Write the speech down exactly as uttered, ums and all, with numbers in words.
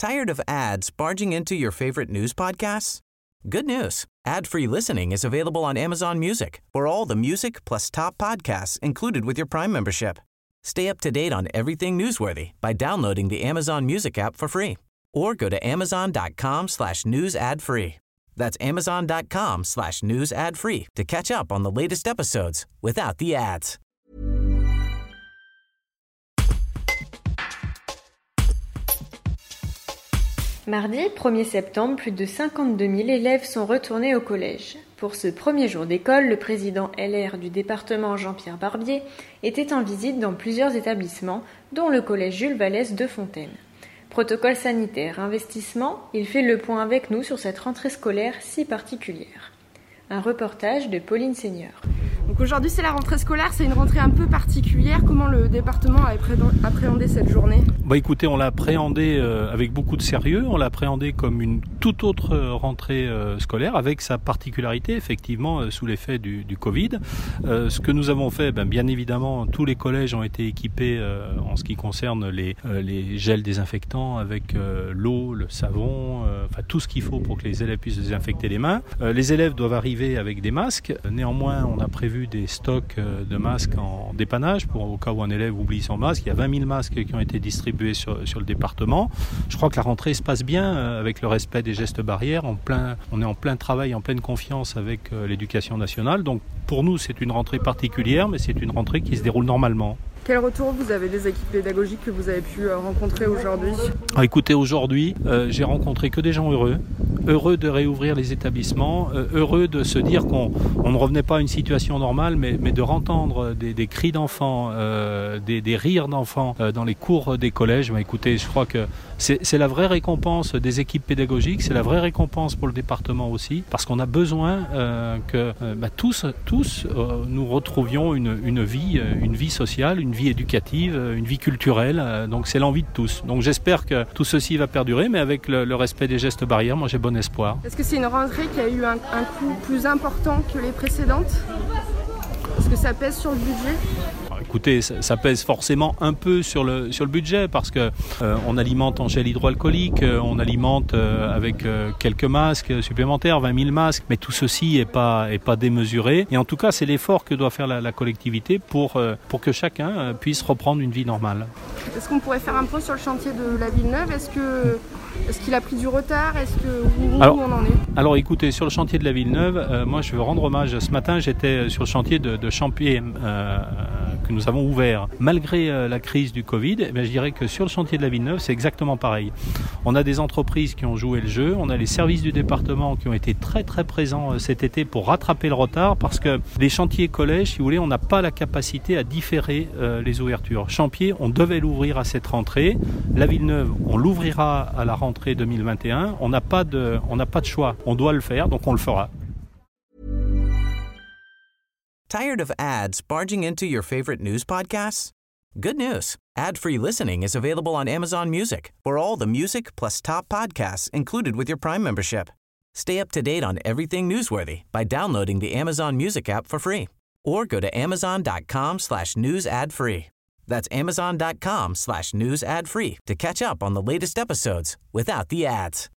Tired of ads barging into your favorite news podcasts? Good news. Ad-free listening is available on Amazon Music for all the music plus top podcasts included with your Prime membership. Stay up to date on everything newsworthy by downloading the Amazon Music app for free or go to amazon.com slash news ad free. That's amazon.com slash news ad free to catch up on the latest episodes without the ads. Mardi premier septembre, plus de cinquante-deux mille élèves sont retournés au collège. Pour ce premier jour d'école, le président L R du département Jean-Pierre Barbier était en visite dans plusieurs établissements, dont le collège Jules Vallès de Fontaine. Protocole sanitaire, investissement, il fait le point avec nous sur cette rentrée scolaire si particulière. Un reportage de Pauline Seigneur. Donc aujourd'hui c'est la rentrée scolaire, c'est une rentrée un peu particulière. Comment le département a appréhendé cette journée ? Bah écoutez, on l'a appréhendé euh, avec beaucoup de sérieux, on l'a appréhendé comme une toute autre rentrée euh, scolaire, avec sa particularité effectivement euh, sous l'effet du, du Covid. Euh, ce que nous avons fait, ben, bien évidemment, tous les collèges ont été équipés euh, en ce qui concerne les, euh, les gels désinfectants avec euh, l'eau, le savon, euh, enfin tout ce qu'il faut pour que les élèves puissent désinfecter les mains. Euh, les élèves doivent arriver avec des masques. Néanmoins, on a prévu des stocks de masques en dépannage pour au cas où un élève oublie son masque. Il y a vingt mille masques qui ont été distribués sur, sur le département. Je crois que la rentrée se passe bien avec le respect des gestes barrières. En plein, on est en plein travail, en pleine confiance avec l'éducation nationale. Donc pour nous, c'est une rentrée particulière, mais c'est une rentrée qui se déroule normalement. Quel retour vous avez des équipes pédagogiques que vous avez pu rencontrer aujourd'hui ? Ah, écoutez, aujourd'hui, euh, j'ai rencontré que des gens heureux, heureux de réouvrir les établissements, euh, heureux de se dire qu'on on ne revenait pas à une situation normale, mais, mais de entendre des, des cris d'enfants, euh, des, des rires d'enfants euh, dans les cours des collèges. Bah, écoutez, je crois que c'est, c'est la vraie récompense des équipes pédagogiques, c'est la vraie récompense pour le département aussi, parce qu'on a besoin euh, que euh, bah, tous, tous euh, nous retrouvions une, une vie, une vie sociale, une vie éducative, une vie culturelle, donc c'est l'envie de tous. Donc j'espère que tout ceci va perdurer, mais avec le, le respect des gestes barrières, moi j'ai bon espoir. Est-ce que c'est une rentrée qui a eu un, un coût plus important que les précédentes ? Est-ce que ça pèse sur le budget ? Écoutez, ça, ça pèse forcément un peu sur le, sur le budget parce que euh, on alimente en gel hydroalcoolique, euh, on alimente euh, avec euh, quelques masques supplémentaires, vingt mille masques, mais tout ceci est pas, est pas démesuré. Et en tout cas, c'est l'effort que doit faire la, la collectivité pour, euh, pour que chacun euh, puisse reprendre une vie normale. Est-ce qu'on pourrait faire un point sur le chantier de la Villeneuve ? Est-ce que... Est-ce qu'il a pris du retard ? Est-ce que où, alors, où on en est ? Alors écoutez, sur le chantier de la Villeneuve, euh, moi je veux rendre hommage. Ce matin, j'étais sur le chantier de, de Champier euh, que nous avons ouvert. Malgré euh, la crise du Covid, eh bien, je dirais que sur le chantier de la Villeneuve, c'est exactement pareil. On a des entreprises qui ont joué le jeu, on a les services du département qui ont été très très présents euh, cet été pour rattraper le retard parce que les chantiers collèges, si vous voulez, on n'a pas la capacité à différer euh, les ouvertures. Champier, on devait l'ouvrir à cette rentrée. La Villeneuve, on l'ouvrira à la rentrée deux mille vingt et un, on n'a pas de, on n'a pas de choix. On doit le faire, donc on le fera. Tired of ads barging into your favorite news podcasts? Good news. Ad-free listening is available on Amazon Music for all the music plus top podcasts included with your Prime membership. Stay up to date on everything newsworthy by downloading the Amazon Music app for free or go to amazon.com slash news ad free. That's amazon.com slash news ad free to catch up on the latest episodes without the ads.